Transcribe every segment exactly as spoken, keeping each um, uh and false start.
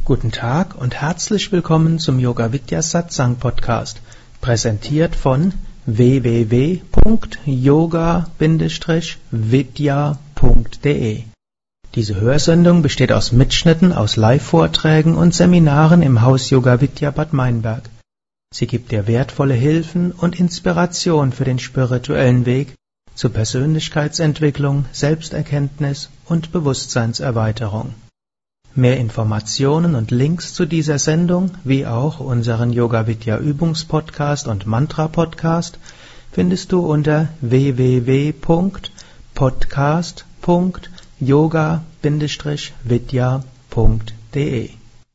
Guten Tag und herzlich willkommen zum Yoga Vidya Satsang Podcast, präsentiert von w w w punkt yoga vidya punkt de. Diese Hörsendung besteht aus Mitschnitten aus Live-Vorträgen und Seminaren im Haus Yoga Vidya Bad Meinberg. Sie gibt dir wertvolle Hilfen und Inspiration für den spirituellen Weg zu Persönlichkeitsentwicklung, Selbsterkenntnis und Bewusstseinserweiterung. Mehr Informationen und Links zu dieser Sendung, wie auch unseren Yoga Vidya Übungspodcast und Mantra Podcast, findest du unter w w w punkt podcast punkt yoga vidya punkt de.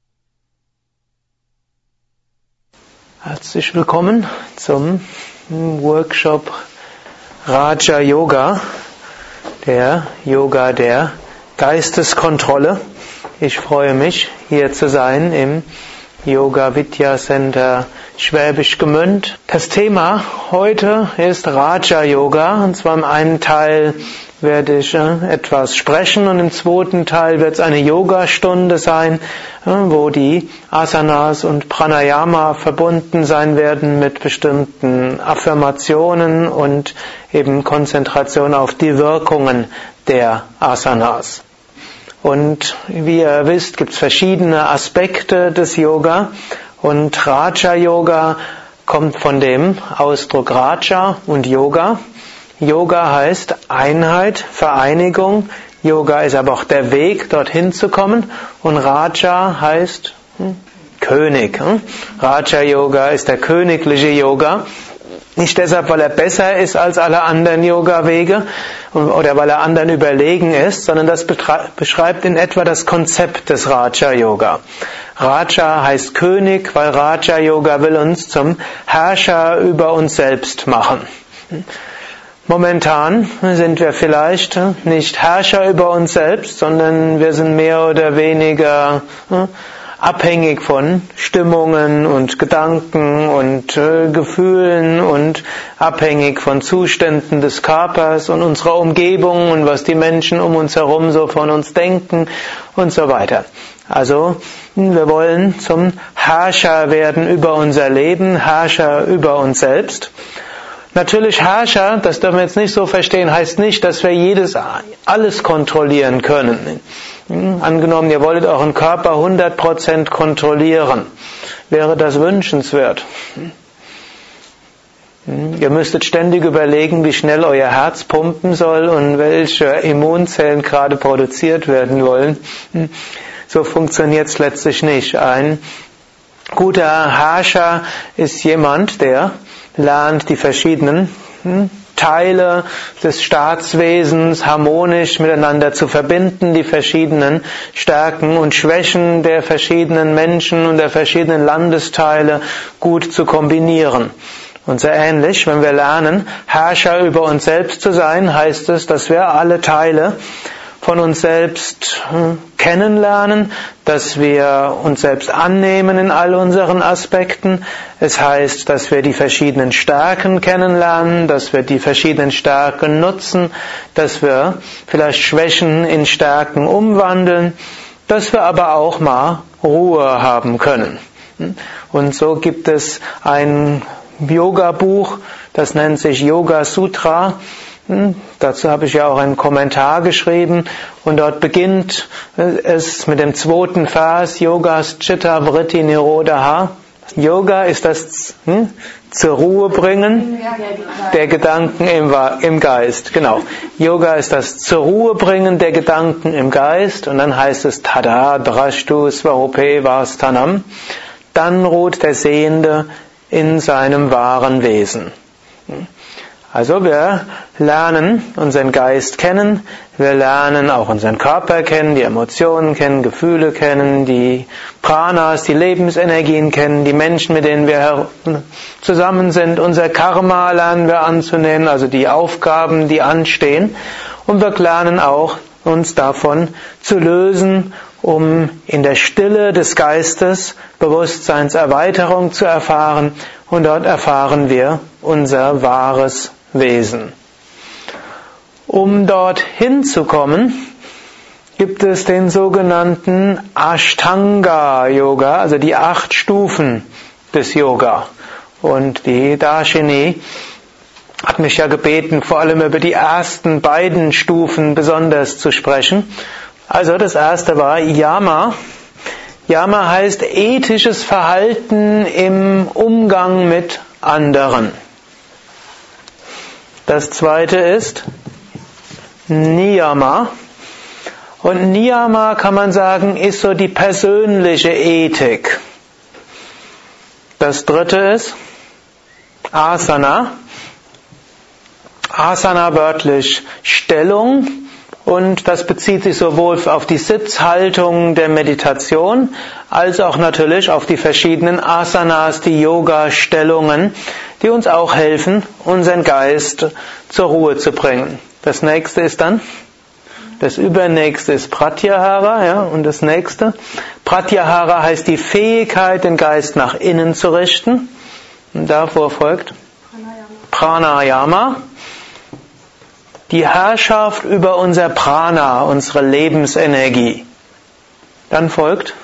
Herzlich willkommen zum Workshop Raja Yoga, der Yoga der Geisteskontrolle. Ich freue mich, hier zu sein im Yoga Vidya Center Schwäbisch Gmünd. Das Thema heute ist Raja Yoga, und zwar im einen Teil werde ich etwas sprechen und im zweiten Teil wird es eine Yogastunde sein, wo die Asanas und Pranayama verbunden sein werden mit bestimmten Affirmationen und eben Konzentration auf die Wirkungen der Asanas. Und wie ihr wisst, gibt es verschiedene Aspekte des Yoga, und Raja Yoga kommt von dem Ausdruck Raja und Yoga. Yoga heißt Einheit, Vereinigung. Yoga ist aber auch der Weg, dorthin zu kommen. Und Raja heißt hm, König. Hm? Raja Yoga ist der königliche Yoga. Nicht deshalb, weil er besser ist als alle anderen Yoga-Wege oder weil er anderen überlegen ist, sondern das beschreibt in etwa das Konzept des Raja-Yoga. Raja heißt König, weil Raja-Yoga will uns zum Herrscher über uns selbst machen. Momentan sind wir vielleicht nicht Herrscher über uns selbst, sondern wir sind mehr oder weniger abhängig von Stimmungen und Gedanken und äh, Gefühlen und abhängig von Zuständen des Körpers und unserer Umgebung und was die Menschen um uns herum so von uns denken und so weiter. Also wir wollen zum Herrscher werden über unser Leben, Herrscher über uns selbst. Natürlich Herrscher, das dürfen wir jetzt nicht so verstehen, heißt nicht, dass wir jedes, alles kontrollieren können. Angenommen, ihr wolltet euren Körper hundert Prozent kontrollieren. Wäre das wünschenswert? Ihr müsstet ständig überlegen, wie schnell euer Herz pumpen soll und welche Immunzellen gerade produziert werden wollen. So funktioniert es letztlich nicht. Ein guter Herrscher ist jemand, der lernt, die verschiedenen Teile des Staatswesens harmonisch miteinander zu verbinden, die verschiedenen Stärken und Schwächen der verschiedenen Menschen und der verschiedenen Landesteile gut zu kombinieren. Und sehr ähnlich, wenn wir lernen, Herrscher über uns selbst zu sein, heißt es, dass wir alle Teile von uns selbst kennenlernen, dass wir uns selbst annehmen in all unseren Aspekten. Es heißt, dass wir die verschiedenen Stärken kennenlernen, dass wir die verschiedenen Stärken nutzen, dass wir vielleicht Schwächen in Stärken umwandeln, dass wir aber auch mal Ruhe haben können. Und so gibt es ein Yoga-Buch, das nennt sich Yoga Sutra. Hm, dazu habe ich ja auch einen Kommentar geschrieben, und dort beginnt es mit dem zweiten Vers, Yogas Chitta Vritti Nirodha. Yoga ist das hm, zur Ruhe bringen der Gedanken im, im Geist. Genau. Yoga ist das zur Ruhe bringen der Gedanken im Geist, und dann heißt es Tada Drashtu Svarupe Vastanam. Dann ruht der Sehende in seinem wahren Wesen. Also wir lernen unseren Geist kennen, wir lernen auch unseren Körper kennen, die Emotionen kennen, Gefühle kennen, die Pranas, die Lebensenergien kennen, die Menschen, mit denen wir zusammen sind, unser Karma lernen wir anzunehmen, also die Aufgaben, die anstehen, und wir lernen auch, uns davon zu lösen, um in der Stille des Geistes Bewusstseinserweiterung zu erfahren, und dort erfahren wir unser wahres Wesen. Um dort hinzukommen, gibt es den sogenannten Ashtanga Yoga, also die acht Stufen des Yoga. Und die Darshini hat mich ja gebeten, vor allem über die ersten beiden Stufen besonders zu sprechen. Also das erste war Yama. Yama heißt ethisches Verhalten im Umgang mit anderen. Das zweite ist Niyama. Und Niyama, kann man sagen, ist so die persönliche Ethik. Das dritte ist Asana. Asana wörtlich Stellung, und das bezieht sich sowohl auf die Sitzhaltung der Meditation als auch natürlich auf die verschiedenen Asanas, die Yoga-Stellungen, die uns auch helfen, unseren Geist zur Ruhe zu bringen. Das nächste ist dann, das übernächste ist Pratyahara, ja, und das nächste. Pratyahara heißt die Fähigkeit, den Geist nach innen zu richten. Und davor folgt Pranayama. Pranayama. Die Herrschaft über unser Prana, unsere Lebensenergie. Dann folgt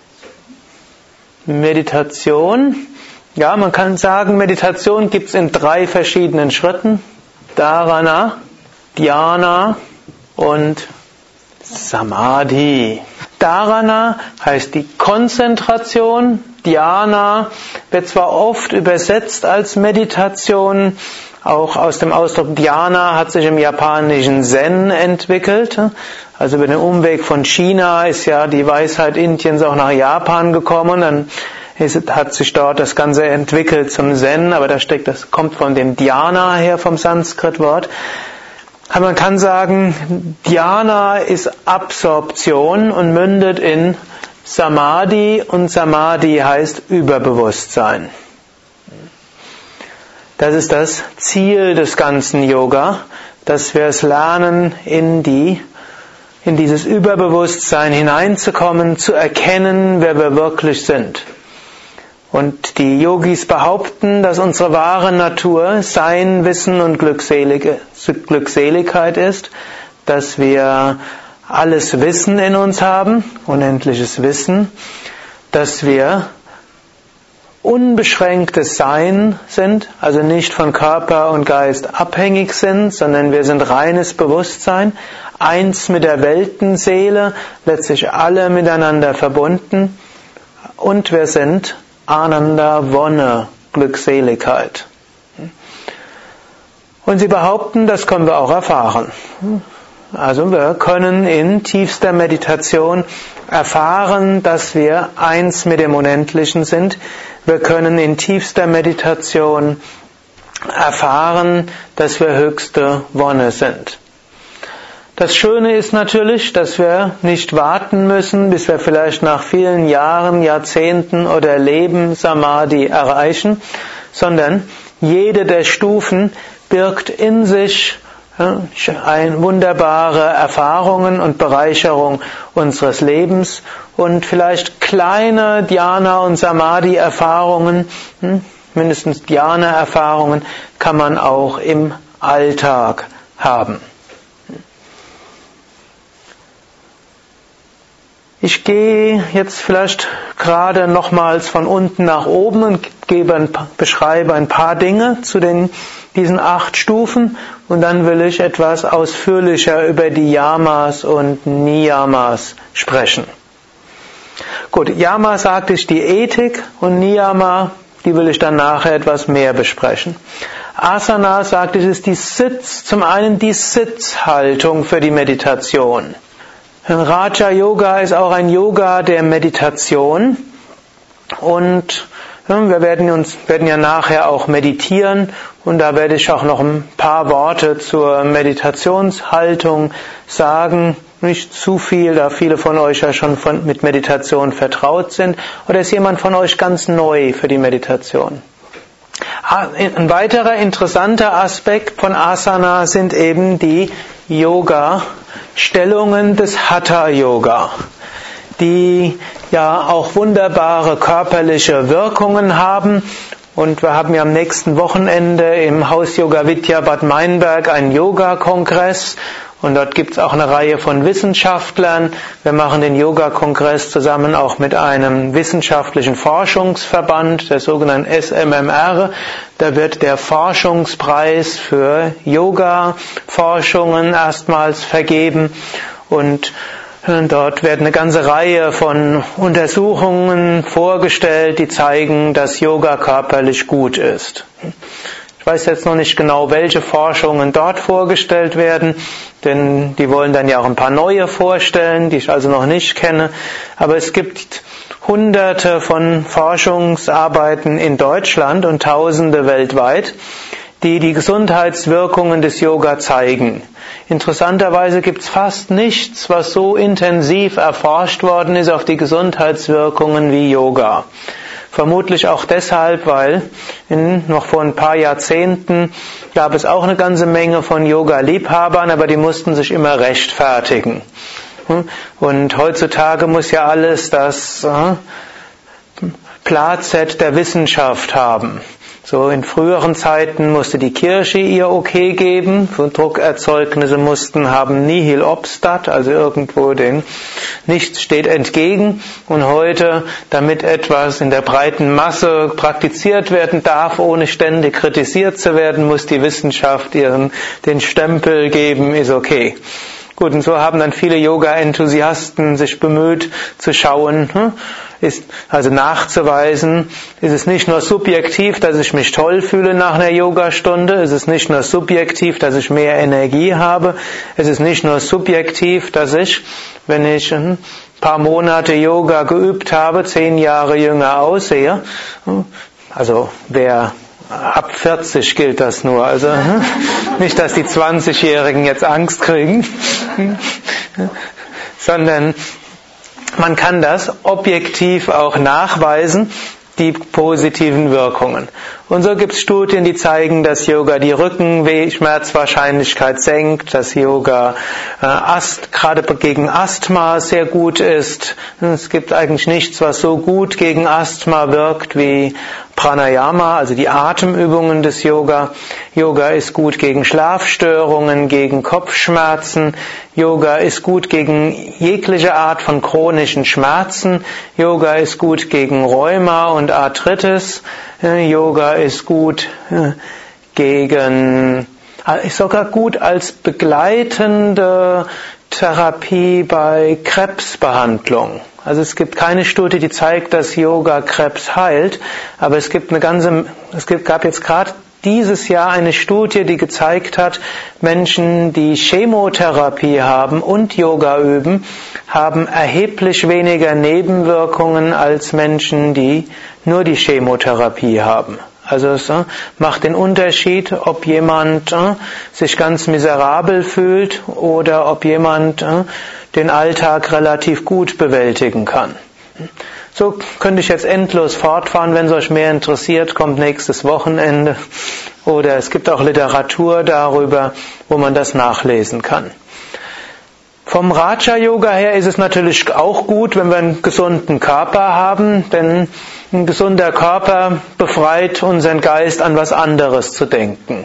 Meditation. Ja, man kann sagen, Meditation gibt es in drei verschiedenen Schritten. Dharana, Dhyana und Samadhi. Dharana heißt die Konzentration. Dhyana wird zwar oft übersetzt als Meditation, auch aus dem Ausdruck Dhyana hat sich im japanischen Zen entwickelt. Also über den Umweg von China ist ja die Weisheit Indiens auch nach Japan gekommen. Dann ist, hat sich dort das Ganze entwickelt zum Zen, aber da steckt, das kommt von dem Dhyana her, vom Sanskrit-Wort. Man kann sagen, Dhyana ist Absorption und mündet in Samadhi, und Samadhi heißt Überbewusstsein. Das ist das Ziel des ganzen Yoga, dass wir es lernen, in die, in dieses Überbewusstsein hineinzukommen, zu erkennen, wer wir wirklich sind. Und die Yogis behaupten, dass unsere wahre Natur Sein, Wissen und Glückselige, Glückseligkeit ist, dass wir alles Wissen in uns haben, unendliches Wissen, dass wir unbeschränktes Sein sind, also nicht von Körper und Geist abhängig sind, sondern wir sind reines Bewusstsein, eins mit der Weltenseele, letztlich alle miteinander verbunden, und wir sind Ananda, Wonne, Glückseligkeit. Und sie behaupten, das können wir auch erfahren. Also wir können in tiefster Meditation erfahren, dass wir eins mit dem Unendlichen sind. Wir können in tiefster Meditation erfahren, dass wir höchste Wonne sind. Das Schöne ist natürlich, dass wir nicht warten müssen, bis wir vielleicht nach vielen Jahren, Jahrzehnten oder Leben Samadhi erreichen, sondern jede der Stufen birgt in sich ein wunderbare Erfahrungen und Bereicherung unseres Lebens, und vielleicht kleine Dhyana- und Samadhi-Erfahrungen, mindestens Dhyana-Erfahrungen, kann man auch im Alltag haben. Ich gehe jetzt vielleicht gerade nochmals von unten nach oben und gebe ein, beschreibe ein paar Dinge zu den, diesen acht Stufen, und dann will ich etwas ausführlicher über die Yamas und Niyamas sprechen. Gut, Yama sagte ich die Ethik, und Niyama, die will ich dann nachher etwas mehr besprechen. Asana sagte ich, ist die Sitz, zum einen die Sitzhaltung für die Meditation. Raja Yoga ist auch ein Yoga der Meditation, und wir werden uns, werden ja nachher auch meditieren, und da werde ich auch noch ein paar Worte zur Meditationshaltung sagen. Nicht zu viel, da viele von euch ja schon von, mit Meditation vertraut sind. Oder ist jemand von euch ganz neu für die Meditation? Ein weiterer interessanter Aspekt von Asana sind eben die Yoga-Stellungen des Hatha-Yoga, die ja auch wunderbare körperliche Wirkungen haben. Und wir haben ja am nächsten Wochenende im Haus Yoga Vidya Bad Meinberg einen Yoga-Kongress. Und dort gibt es auch eine Reihe von Wissenschaftlern. Wir machen den Yoga-Kongress zusammen auch mit einem wissenschaftlichen Forschungsverband, der sogenannten S M M R. Da wird der Forschungspreis für Yoga-Forschungen erstmals vergeben. Und dort werden eine ganze Reihe von Untersuchungen vorgestellt, die zeigen, dass Yoga körperlich gut ist. Ich weiß jetzt noch nicht genau, welche Forschungen dort vorgestellt werden, denn die wollen dann ja auch ein paar neue vorstellen, die ich also noch nicht kenne. Aber es gibt Hunderte von Forschungsarbeiten in Deutschland und Tausende weltweit, die die Gesundheitswirkungen des Yoga zeigen. Interessanterweise gibt es fast nichts, was so intensiv erforscht worden ist auf die Gesundheitswirkungen wie Yoga. Vermutlich auch deshalb, weil in, noch vor ein paar Jahrzehnten gab es auch eine ganze Menge von Yoga-Liebhabern, aber die mussten sich immer rechtfertigen. Und heutzutage muss ja alles das äh, Platzett der Wissenschaft haben. So in früheren Zeiten musste die Kirche ihr Okay geben. Druckerzeugnisse mussten haben nihil obstat, also irgendwo den nichts steht entgegen. Und heute, damit etwas in der breiten Masse praktiziert werden darf, ohne ständig kritisiert zu werden, muss die Wissenschaft ihren den Stempel geben, ist okay. Gut, und so haben dann viele Yoga-Enthusiasten sich bemüht zu schauen, ist, also nachzuweisen, ist es nicht nur subjektiv, dass ich mich toll fühle nach einer Yogastunde, ist es nicht nur subjektiv, dass ich mehr Energie habe, es ist nicht nur subjektiv, dass ich, wenn ich ein paar Monate Yoga geübt habe, zehn Jahre jünger aussehe. Also wer ab vierzig gilt das nur, also nicht, dass die zwanzigjährigen jetzt Angst kriegen, sondern man kann das objektiv auch nachweisen, die positiven Wirkungen. Und so gibt es Studien, die zeigen, dass Yoga die Rückenschmerzwahrscheinlichkeit senkt, dass Yoga äh, Ast, gerade gegen Asthma sehr gut ist. Es gibt eigentlich nichts, was so gut gegen Asthma wirkt wie Pranayama, also die Atemübungen des Yoga. Yoga ist gut gegen Schlafstörungen, gegen Kopfschmerzen. Yoga ist gut gegen jegliche Art von chronischen Schmerzen. Yoga ist gut gegen Rheuma und Arthritis. Yoga ist gut gegen, ist sogar gut als begleitende Therapie bei Krebsbehandlung. Also es gibt keine Studie, die zeigt, dass Yoga Krebs heilt, aber es gibt eine ganze, es gibt, gab jetzt gerade dieses Jahr eine Studie, die gezeigt hat, Menschen, die Chemotherapie haben und Yoga üben, haben erheblich weniger Nebenwirkungen als Menschen, die nur die Chemotherapie haben. Also es äh, macht den Unterschied, ob jemand äh, sich ganz miserabel fühlt oder ob jemand äh, den Alltag relativ gut bewältigen kann. So könnte ich jetzt endlos fortfahren. Wenn es euch mehr interessiert, kommt nächstes Wochenende. Oder es gibt auch Literatur darüber, wo man das nachlesen kann. Vom Raja-Yoga her ist es natürlich auch gut, wenn wir einen gesunden Körper haben, denn ein gesunder Körper befreit unseren Geist, an was anderes zu denken.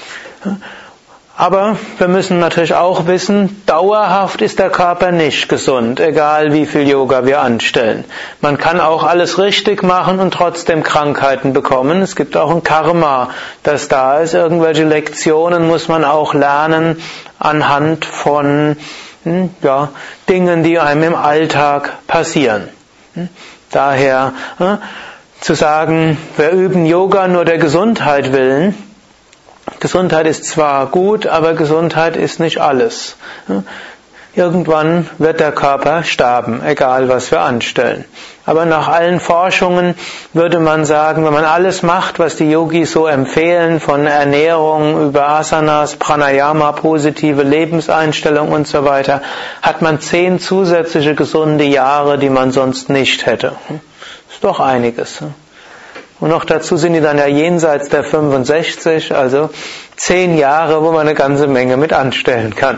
Aber wir müssen natürlich auch wissen, dauerhaft ist der Körper nicht gesund, egal wie viel Yoga wir anstellen. Man kann auch alles richtig machen und trotzdem Krankheiten bekommen. Es gibt auch ein Karma, das da ist. Irgendwelche Lektionen muss man auch lernen anhand von ja, Dingen, die einem im Alltag passieren. Daher äh, zu sagen, wir üben Yoga nur der Gesundheit willen. Gesundheit ist zwar gut, aber Gesundheit ist nicht alles. Irgendwann wird der Körper sterben, egal was wir anstellen. Aber nach allen Forschungen würde man sagen, wenn man alles macht, was die Yogis so empfehlen, von Ernährung über Asanas, Pranayama, positive Lebenseinstellung und so weiter, hat man zehn zusätzliche gesunde Jahre, die man sonst nicht hätte. Ist doch einiges. Und noch dazu sind die dann ja jenseits der fünfundsechzig, also zehn Jahre, wo man eine ganze Menge mit anstellen kann.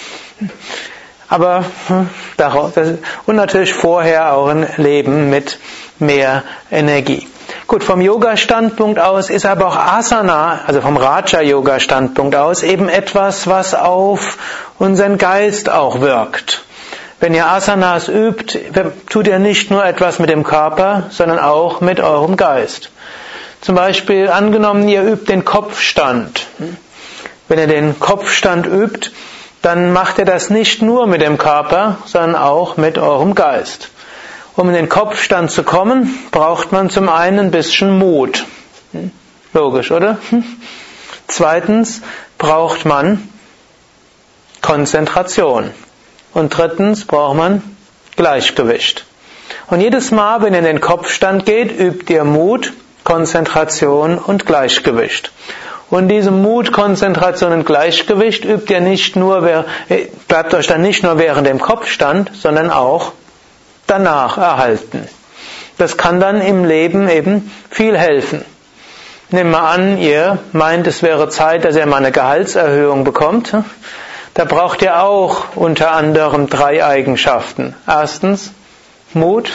Aber und natürlich vorher auch ein Leben mit mehr Energie. Gut, vom Yoga-Standpunkt aus ist aber auch Asana, also vom Raja-Yoga-Standpunkt aus, eben etwas, was auf und sein Geist auch wirkt. Wenn ihr Asanas übt, tut ihr nicht nur etwas mit dem Körper, sondern auch mit eurem Geist. Zum Beispiel angenommen, ihr übt den Kopfstand. Wenn ihr den Kopfstand übt, dann macht ihr das nicht nur mit dem Körper, sondern auch mit eurem Geist. Um in den Kopfstand zu kommen, braucht man zum einen ein bisschen Mut. Logisch, oder? Zweitens braucht man Konzentration. Und drittens braucht man Gleichgewicht. Und jedes Mal, wenn ihr in den Kopfstand geht, übt ihr Mut, Konzentration und Gleichgewicht. Und diese Mut, Konzentration und Gleichgewicht übt ihr nicht nur, bleibt euch dann nicht nur während dem Kopfstand, sondern auch danach erhalten. Das kann dann im Leben eben viel helfen. Nehmen wir an, ihr meint, es wäre Zeit, dass ihr mal eine Gehaltserhöhung bekommt. Da braucht ihr auch unter anderem drei Eigenschaften. Erstens Mut,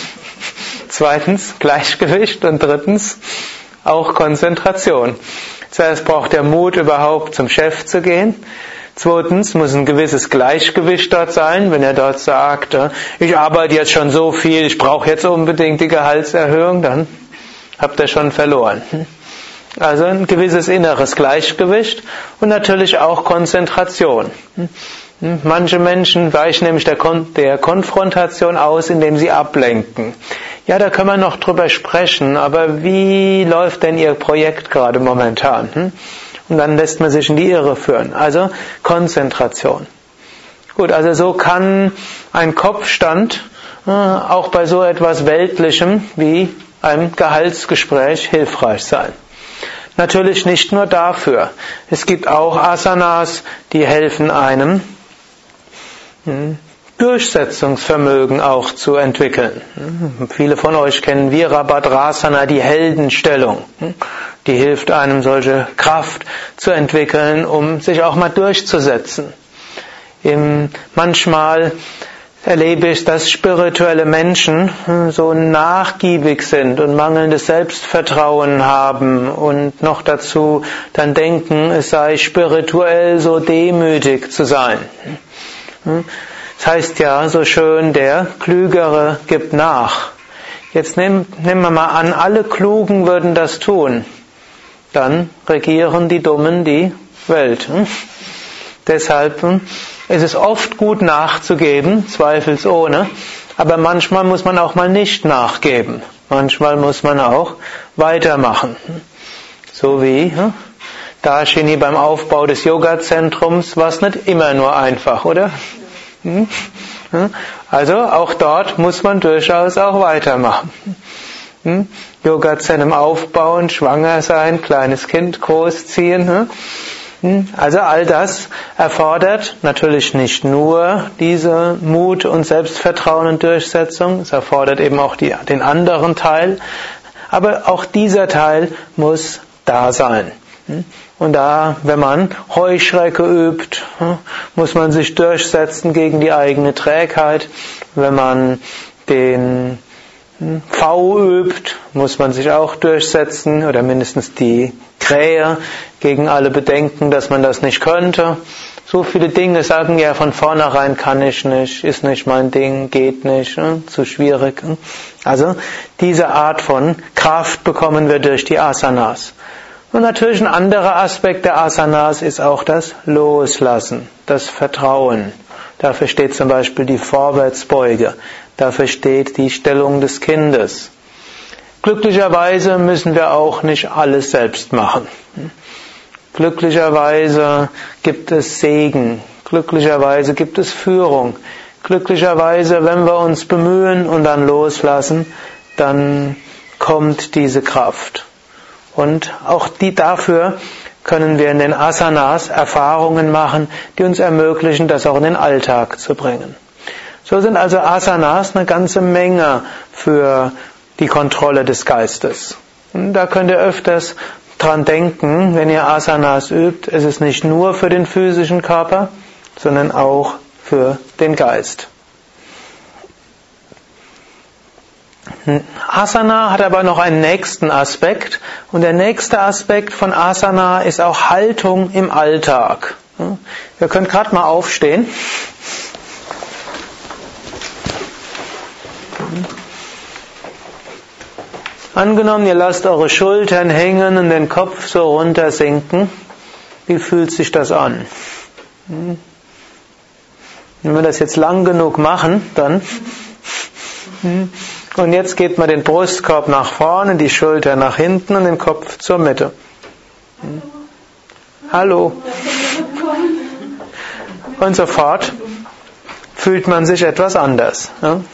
zweitens Gleichgewicht und drittens auch Konzentration. Zuerst braucht ihr Mut, überhaupt zum Chef zu gehen. Zweitens muss ein gewisses Gleichgewicht dort sein, wenn er dort sagt, ich arbeite jetzt schon so viel, ich brauche jetzt unbedingt die Gehaltserhöhung, dann habt ihr schon verloren. Also ein gewisses inneres Gleichgewicht und natürlich auch Konzentration. Manche Menschen weichen nämlich der, Kon- der Konfrontation aus, indem sie ablenken. Ja, da können wir noch drüber sprechen, aber wie läuft denn Ihr Projekt gerade momentan? Und dann lässt man sich in die Irre führen. Also Konzentration. Gut, also so kann ein Kopfstand äh, auch bei so etwas Weltlichem wie einem Gehaltsgespräch hilfreich sein. Natürlich nicht nur dafür. Es gibt auch Asanas, die helfen einem, Durchsetzungsvermögen auch zu entwickeln. Viele von euch kennen Virabhadrasana, die Heldenstellung. Die hilft einem, solche Kraft zu entwickeln, um sich auch mal durchzusetzen. Manchmal erlebe ich, dass spirituelle Menschen so nachgiebig sind und mangelndes Selbstvertrauen haben und noch dazu dann denken, es sei spirituell so demütig zu sein. Das heißt ja so schön, der Klügere gibt nach. Jetzt nehmen, nehmen wir mal an, alle Klugen würden das tun. Dann regieren die Dummen die Welt. Deshalb ist es oft gut nachzugeben, zweifelsohne, aber manchmal muss man auch mal nicht nachgeben. Manchmal muss man auch weitermachen. So wie Darshini beim Aufbau des Yoga-Zentrums war es nicht immer nur einfach, oder? Also auch dort muss man durchaus auch weitermachen. Yoga-Zentrum aufbauen, schwanger sein, kleines Kind großziehen. Also all das erfordert natürlich nicht nur diese Mut und Selbstvertrauen und Durchsetzung, es erfordert eben auch die, den anderen Teil, aber auch dieser Teil muss da sein. Und da, wenn man Heuschrecke übt, muss man sich durchsetzen gegen die eigene Trägheit. Wenn man den V übt, muss man sich auch durchsetzen, oder mindestens die Krähe gegen alle Bedenken, dass man das nicht könnte. So viele Dinge sagen ja von vornherein, kann ich nicht, ist nicht mein Ding, geht nicht, ne, zu schwierig. Also diese Art von Kraft bekommen wir durch die Asanas. Und natürlich ein anderer Aspekt der Asanas ist auch das Loslassen, das Vertrauen. Dafür steht zum Beispiel die Vorwärtsbeuge. Dafür steht die Stellung des Kindes. Glücklicherweise müssen wir auch nicht alles selbst machen. Glücklicherweise gibt es Segen. Glücklicherweise gibt es Führung. Glücklicherweise, wenn wir uns bemühen und dann loslassen, dann kommt diese Kraft. Und auch die dafür können wir in den Asanas Erfahrungen machen, die uns ermöglichen, das auch in den Alltag zu bringen. So sind also Asanas eine ganze Menge für die Kontrolle des Geistes. Und da könnt ihr öfters dran denken, wenn ihr Asanas übt, es ist nicht nur für den physischen Körper, sondern auch für den Geist. Asana hat aber noch einen nächsten Aspekt und der nächste Aspekt von Asana ist auch Haltung im Alltag. Ihr könnt gerade mal aufstehen. Angenommen, ihr lasst eure Schultern hängen und den Kopf so runter sinken. Wie fühlt sich das an? Wenn wir das jetzt lang genug machen, dann... Und jetzt geht man den Brustkorb nach vorne, die Schulter nach hinten und den Kopf zur Mitte. Hallo. Und sofort fühlt man sich etwas anders.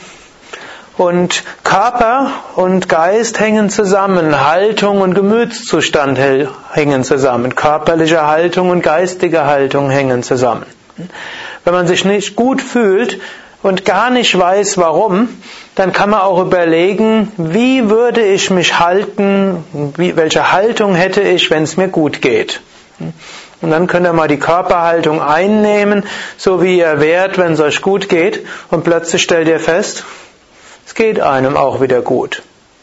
Und Körper und Geist hängen zusammen, Haltung und Gemütszustand hängen zusammen, körperliche Haltung und geistige Haltung hängen zusammen. Wenn man sich nicht gut fühlt und gar nicht weiß, warum, dann kann man auch überlegen, wie würde ich mich halten, wie, welche Haltung hätte ich, wenn es mir gut geht. Und dann könnt ihr mal die Körperhaltung einnehmen, so wie ihr wärt, wenn es euch gut geht, und plötzlich stellt ihr fest, es geht einem auch wieder gut.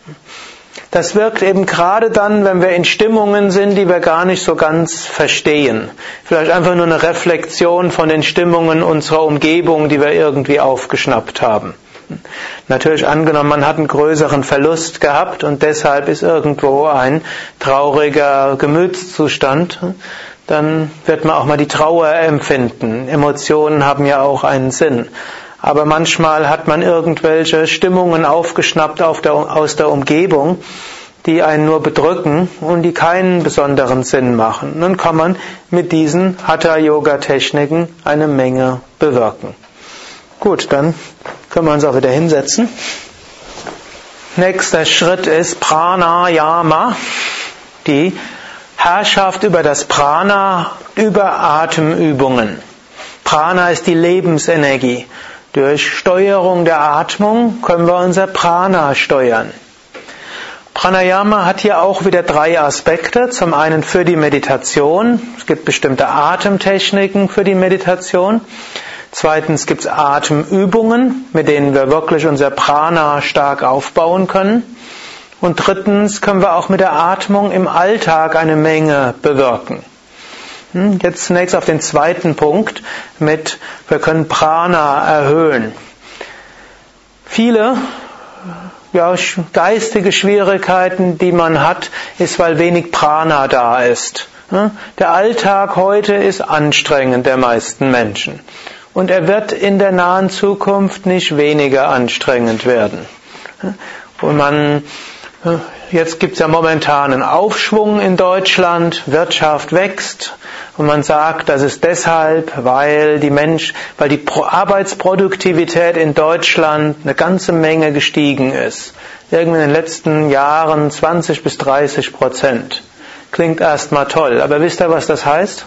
Das wirkt eben gerade dann, wenn wir in Stimmungen sind, die wir gar nicht so ganz verstehen. Vielleicht einfach nur eine Reflexion von den Stimmungen unserer Umgebung, die wir irgendwie aufgeschnappt haben. Natürlich angenommen, man hat einen größeren Verlust gehabt und deshalb ist irgendwo ein trauriger Gemütszustand, dann wird man auch mal die Trauer empfinden. Emotionen haben ja auch einen Sinn. Aber manchmal hat man irgendwelche Stimmungen aufgeschnappt auf der, aus der Umgebung, die einen nur bedrücken und die keinen besonderen Sinn machen. Nun kann man mit diesen Hatha-Yoga-Techniken eine Menge bewirken. Gut, dann können wir uns auch wieder hinsetzen. Nächster Schritt ist Pranayama, die Herrschaft über das Prana, über Atemübungen. Prana ist die Lebensenergie. Durch Steuerung der Atmung können wir unser Prana steuern. Pranayama hat hier auch wieder drei Aspekte. Zum einen für die Meditation. Es gibt bestimmte Atemtechniken für die Meditation. Zweitens gibt es Atemübungen, mit denen wir wirklich unser Prana stark aufbauen können. Und drittens können wir auch mit der Atmung im Alltag eine Menge bewirken. Jetzt zunächst auf den zweiten Punkt mit, wir können Prana erhöhen. Viele ja, geistige Schwierigkeiten, die man hat, ist, weil wenig Prana da ist. Der Alltag heute ist anstrengend der meisten Menschen. Und er wird in der nahen Zukunft nicht weniger anstrengend werden. Und man Jetzt gibt es ja momentan einen Aufschwung in Deutschland, Wirtschaft wächst und man sagt, das ist deshalb, weil die Mensch, weil die Arbeitsproduktivität in Deutschland eine ganze Menge gestiegen ist. Irgendwie in den letzten Jahren zwanzig bis dreißig Prozent. Klingt erstmal toll, aber wisst ihr, was das heißt?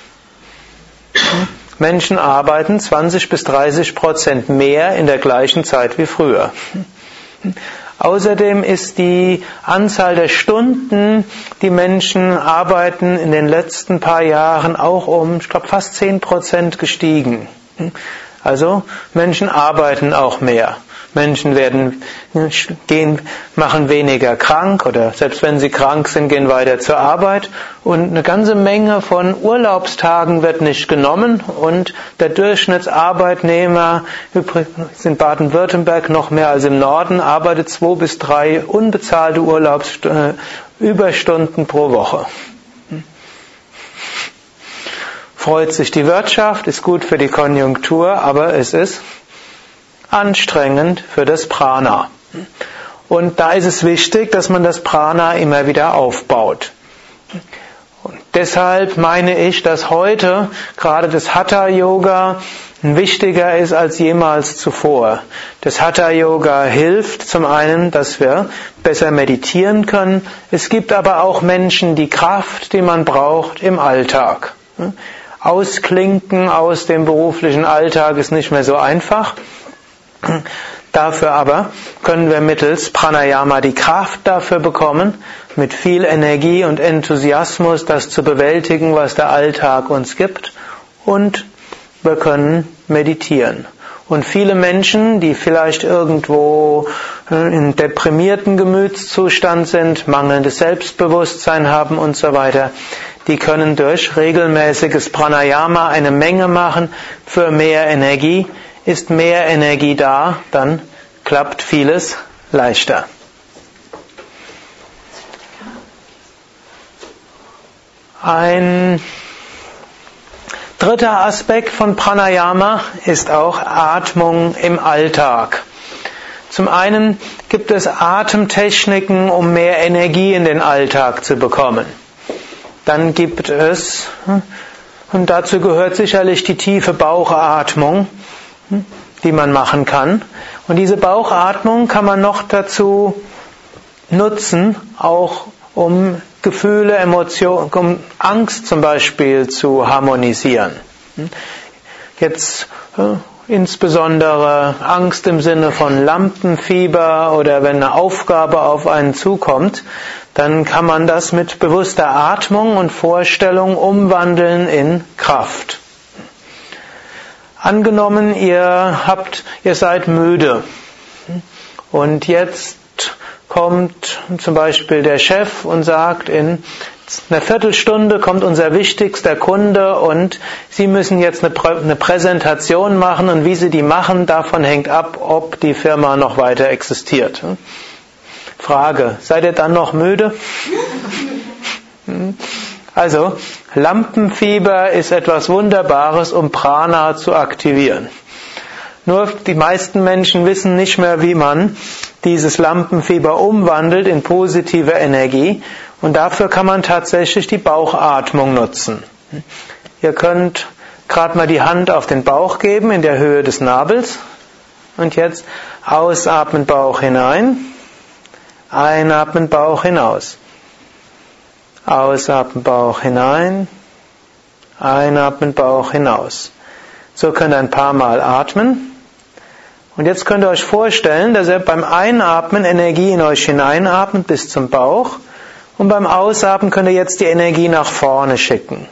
Menschen arbeiten zwanzig bis dreißig Prozent mehr in der gleichen Zeit wie früher. Außerdem ist die Anzahl der Stunden, die Menschen arbeiten, in den letzten paar Jahren auch um, ich glaube, fast zehn Prozent gestiegen. Also Menschen arbeiten auch mehr. Menschen werden gehen, machen weniger krank oder selbst wenn sie krank sind, gehen weiter zur Arbeit und eine ganze Menge von Urlaubstagen wird nicht genommen und der Durchschnittsarbeitnehmer übrigens in Baden-Württemberg noch mehr als im Norden arbeitet zwei bis drei unbezahlte Urlaubsüberstunden pro Woche. Freut sich die Wirtschaft, ist gut für die Konjunktur, aber es ist anstrengend für das Prana. Und da ist es wichtig, dass man das Prana immer wieder aufbaut. Und deshalb meine ich, dass heute gerade das Hatha-Yoga wichtiger ist als jemals zuvor. Das Hatha-Yoga hilft zum einen, dass wir besser meditieren können. Es gibt aber auch Menschen die Kraft, die man braucht im Alltag. Ausklinken aus dem beruflichen Alltag ist nicht mehr so einfach. Dafür aber können wir mittels Pranayama die Kraft dafür bekommen, mit viel Energie und Enthusiasmus das zu bewältigen, was der Alltag uns gibt. Und wir können meditieren. Und viele Menschen, die vielleicht irgendwo in deprimierten Gemütszustand sind, mangelndes Selbstbewusstsein haben und so weiter, die können durch regelmäßiges Pranayama eine Menge machen für mehr Energie. Ist mehr Energie da, dann klappt vieles leichter. Ein dritter Aspekt von Pranayama ist auch Atmung im Alltag. Zum einen gibt es Atemtechniken, um mehr Energie in den Alltag zu bekommen. Dann gibt es, und dazu gehört sicherlich die tiefe Bauchatmung, die man machen kann. Und diese Bauchatmung kann man noch dazu nutzen, auch um Gefühle, Emotionen, um Angst zum Beispiel zu harmonisieren. Jetzt äh, insbesondere Angst im Sinne von Lampenfieber oder wenn eine Aufgabe auf einen zukommt, dann kann man das mit bewusster Atmung und Vorstellung umwandeln in Kraft. Angenommen, ihr habt, ihr seid müde und jetzt kommt zum Beispiel der Chef und sagt, in einer Viertelstunde kommt unser wichtigster Kunde und Sie müssen jetzt eine, Prä- eine Präsentation machen und wie Sie die machen, davon hängt ab, ob die Firma noch weiter existiert. Frage, seid ihr dann noch müde? Also, Lampenfieber ist etwas Wunderbares, um Prana zu aktivieren. Nur die meisten Menschen wissen nicht mehr, wie man dieses Lampenfieber umwandelt in positive Energie. Und dafür kann man tatsächlich die Bauchatmung nutzen. Ihr könnt gerade mal die Hand auf den Bauch geben in der Höhe des Nabels. Und jetzt ausatmen, Bauch hinein. Einatmen, Bauch hinaus. Ausatmen, Bauch hinein. Einatmen, Bauch hinaus. So könnt ihr ein paar Mal atmen. Und jetzt könnt ihr euch vorstellen, dass ihr beim Einatmen Energie in euch hineinatmet bis zum Bauch. Und beim Ausatmen könnt ihr jetzt die Energie nach vorne schicken.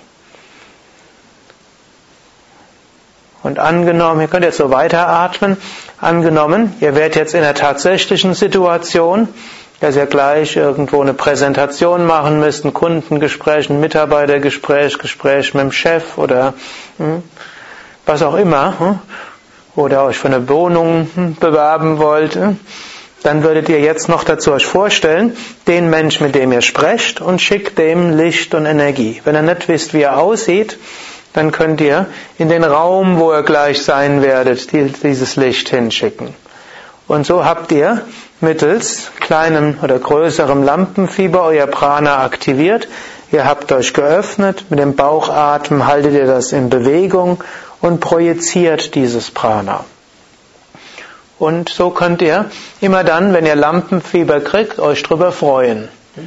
Und angenommen, ihr könnt jetzt so weiteratmen, angenommen, ihr werdet jetzt in der tatsächlichen Situation, dass ihr gleich irgendwo eine Präsentation machen müsst, ein Kundengespräch, ein Mitarbeitergespräch, Gespräch mit dem Chef oder hm, was auch immer, hm, oder euch für eine Wohnung hm, bewerben wollt, hm, dann würdet ihr jetzt noch dazu euch vorstellen, den Mensch, mit dem ihr sprecht, und schickt dem Licht und Energie. Wenn ihr nicht wisst, wie er aussieht, dann könnt ihr in den Raum, wo ihr gleich sein werdet, dieses Licht hinschicken. Und so habt ihr mittels kleinem oder größerem Lampenfieber euer Prana aktiviert. Ihr habt euch geöffnet, mit dem Bauchatmen haltet ihr das in Bewegung und projiziert dieses Prana. Und so könnt ihr immer dann, wenn ihr Lampenfieber kriegt, euch drüber freuen.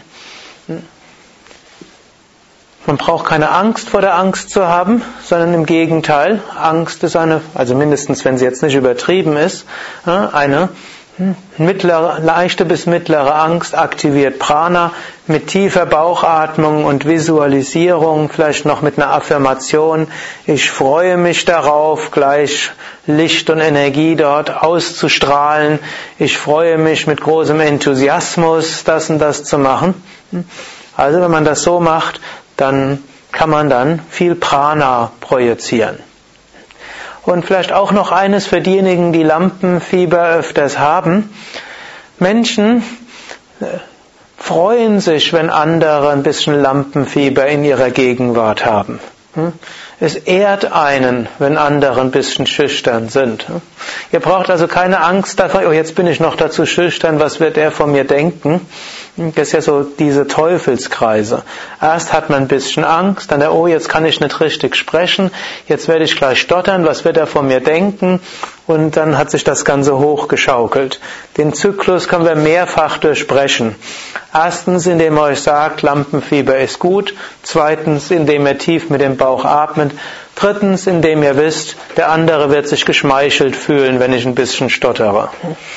Man braucht keine Angst vor der Angst zu haben, sondern im Gegenteil, Angst ist eine, also mindestens wenn sie jetzt nicht übertrieben ist, eine mittlere, leichte bis mittlere Angst aktiviert Prana mit tiefer Bauchatmung und Visualisierung, vielleicht noch mit einer Affirmation. Ich freue mich darauf, gleich Licht und Energie dort auszustrahlen. Ich freue mich mit großem Enthusiasmus, das und das zu machen. Also wenn man das so macht, dann kann man dann viel Prana projizieren. Und vielleicht auch noch eines für diejenigen, die Lampenfieber öfters haben. Menschen freuen sich, wenn andere ein bisschen Lampenfieber in ihrer Gegenwart haben. Es ehrt einen, wenn andere ein bisschen schüchtern sind. Ihr braucht also keine Angst davor, oh, jetzt bin ich noch dazu schüchtern, was wird er von mir denken? Das ist ja so diese Teufelskreise. Erst hat man ein bisschen Angst, dann der, oh, jetzt kann ich nicht richtig sprechen, jetzt werde ich gleich stottern, was wird er von mir denken? Und dann hat sich das Ganze hochgeschaukelt. Den Zyklus können wir mehrfach durchbrechen. Erstens, indem ihr euch sagt, Lampenfieber ist gut. Zweitens, indem ihr tief mit dem Bauch atmet. Drittens, indem ihr wisst, der andere wird sich geschmeichelt fühlen, wenn ich ein bisschen stottere.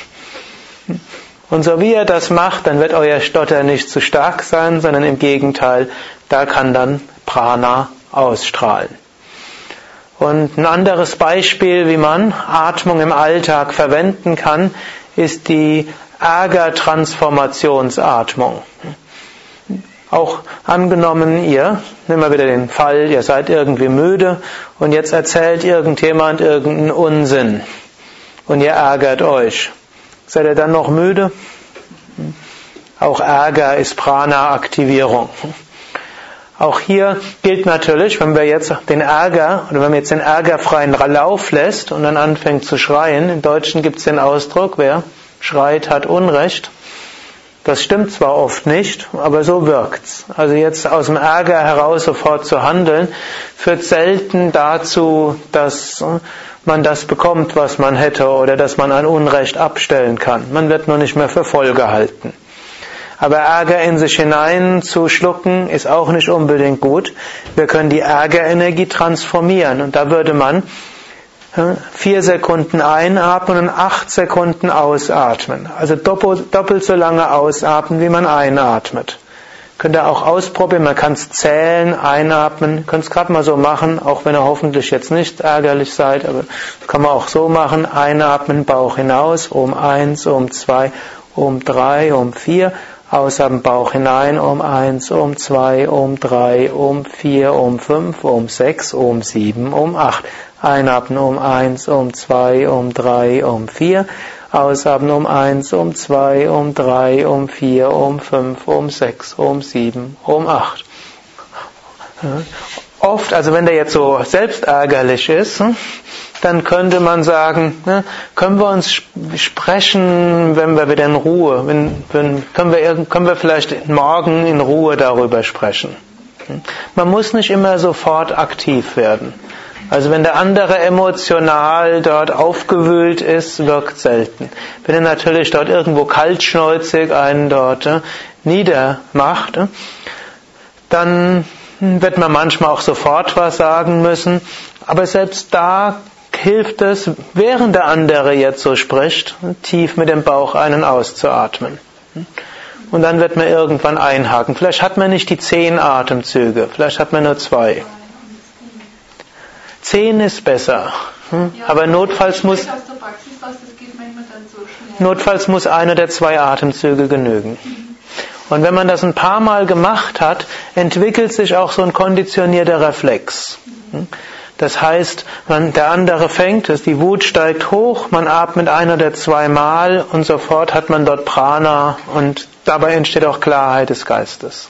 Und so wie ihr das macht, dann wird euer Stotter nicht zu stark sein, sondern im Gegenteil, da kann dann Prana ausstrahlen. Und ein anderes Beispiel, wie man Atmung im Alltag verwenden kann, ist die Ärgertransformationsatmung. Auch angenommen, ihr, nehmen wir wieder den Fall, ihr seid irgendwie müde und jetzt erzählt irgendjemand irgendeinen Unsinn und ihr ärgert euch. Seid ihr dann noch müde? Auch Ärger ist Prana-Aktivierung. Auch hier gilt natürlich, wenn wir jetzt den Ärger oder wenn man jetzt den ärgerfreien Lauf lässt und dann anfängt zu schreien, im Deutschen gibt es den Ausdruck, wer schreit, hat Unrecht. Das stimmt zwar oft nicht, aber so wirkt's. Also jetzt aus dem Ärger heraus sofort zu handeln, führt selten dazu, dass man das bekommt, was man hätte, oder dass man ein Unrecht abstellen kann. Man wird nur nicht mehr für voll gehalten. Aber Ärger in sich hinein zu schlucken, ist auch nicht unbedingt gut. Wir können die Ärgerenergie transformieren und da würde man vier Sekunden einatmen und acht Sekunden ausatmen. Also doppelt, doppelt so lange ausatmen, wie man einatmet. Könnt ihr auch ausprobieren, man kann es zählen, einatmen, könnt es gerade mal so machen, auch wenn ihr hoffentlich jetzt nicht ärgerlich seid, aber kann man auch so machen, einatmen, Bauch hinaus, um eins, um zwei, um drei, um vier, ausatmen, Bauch hinein, um eins, um zwei, um drei, um vier, um fünf, um sechs, um sieben, um acht. Einatmen um eins, um zwei, um drei, um vier. Ausatmen um eins, um zwei, um drei, um vier, um fünf, um sechs, um sieben, um acht. Oft, also wenn der jetzt so selbstärgerlich ist, dann könnte man sagen, können wir uns sprechen, wenn wir wieder in Ruhe, wenn, wenn, können wir, können wir vielleicht morgen in Ruhe darüber sprechen. Man muss nicht immer sofort aktiv werden. Also wenn der andere emotional dort aufgewühlt ist, wirkt selten. Wenn er natürlich dort irgendwo kaltschnäuzig einen dort äh, niedermacht, äh, dann wird man manchmal auch sofort was sagen müssen. Aber selbst da hilft es, während der andere jetzt so spricht, tief mit dem Bauch einen auszuatmen. Und dann wird man irgendwann einhaken. Vielleicht hat man nicht die zehn Atemzüge, vielleicht hat man nur zwei. Zehn ist besser, hm? ja, aber notfalls muss, Praxis, was, so notfalls muss einer der zwei Atemzüge genügen. Mhm. Und wenn man das ein paar Mal gemacht hat, entwickelt sich auch so ein konditionierter Reflex. Mhm. Das heißt, man, der andere fängt, dass die Wut steigt hoch, man atmet ein oder zwei Mal und sofort hat man dort Prana und dabei entsteht auch Klarheit des Geistes.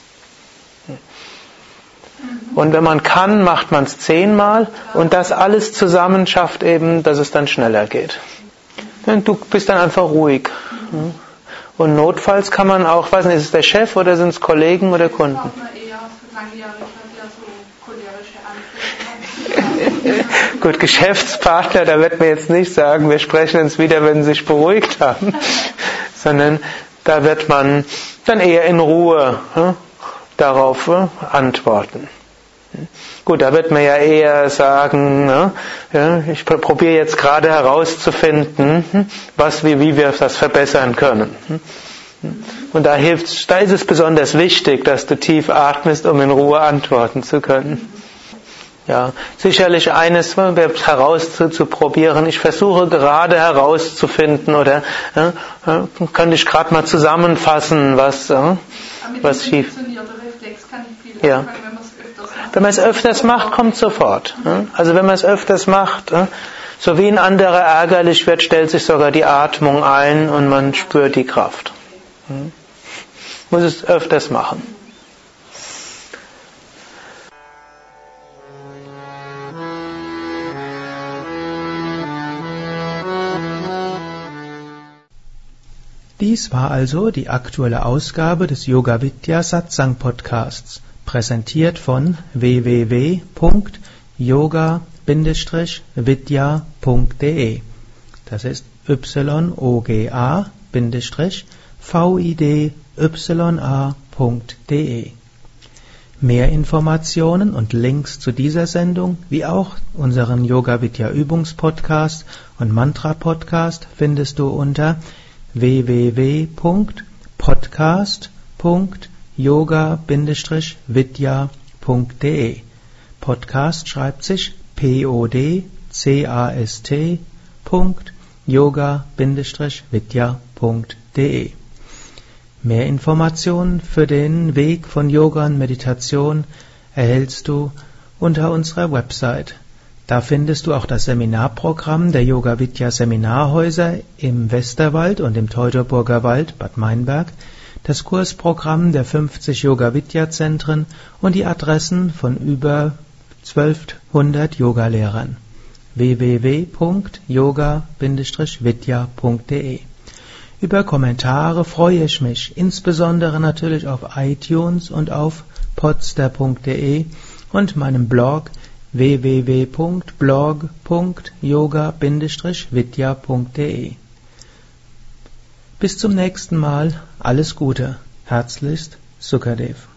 Und wenn man kann, macht man es zehnmal und das alles zusammen schafft eben, dass es dann schneller geht. Du bist dann einfach ruhig. Und notfalls kann man auch, weiß nicht, ist es der Chef oder sind es Kollegen oder Kunden? Gut, Geschäftspartner, da wird man jetzt nicht sagen, wir sprechen uns wieder, wenn sie sich beruhigt haben, sondern da wird man dann eher in Ruhe ja, darauf ja, antworten. Gut, da wird man ja eher sagen, ja, ja, ich probiere jetzt gerade herauszufinden, was, wie, wie wir das verbessern können. Und da hilft, da ist es besonders wichtig, dass du tief atmest, um in Ruhe antworten zu können. Ja, sicherlich eines herauszuprobieren. Ich versuche gerade herauszufinden oder ja, könnte ich gerade mal zusammenfassen, was, ja, was schief. Ja. Wenn man es öfters macht, kommt sofort. Also wenn man es öfters macht, so wie ein anderer ärgerlich wird, stellt sich sogar die Atmung ein und man spürt die Kraft. Muss es öfters machen. Dies war also die aktuelle Ausgabe des Yoga Vidya Satsang Podcasts, präsentiert von w w w punkt yoga Bindestrich vidya punkt de. Das ist y o g a Bindestrich v i d y a punkt de. Mehr Informationen und Links zu dieser Sendung, wie auch unseren Yoga Vidya Übungspodcast und Mantra Podcast findest du unter w w w punkt podcast punkt yoga Bindestrich vidya punkt de. Podcast schreibt sich P O D C A S T Punkt yoga Bindestrich vidya Punkt de. Mehr Informationen für den Weg von Yoga und Meditation erhältst du unter unserer Website. Da findest du auch das Seminarprogramm der Yoga Vidya Seminarhäuser im Westerwald und im Teutoburger Wald, Bad Meinberg, das Kursprogramm der fünfzig Yoga Vidya Zentren und die Adressen von über zwölfhundert Yogalehrern. w w w punkt yoga vidya punkt de. Über Kommentare freue ich mich, insbesondere natürlich auf iTunes und auf podster punkt de und meinem Blog w w w punkt blog punkt yoga vidya punkt de. Bis zum nächsten Mal, alles Gute, herzlichst Sukadev.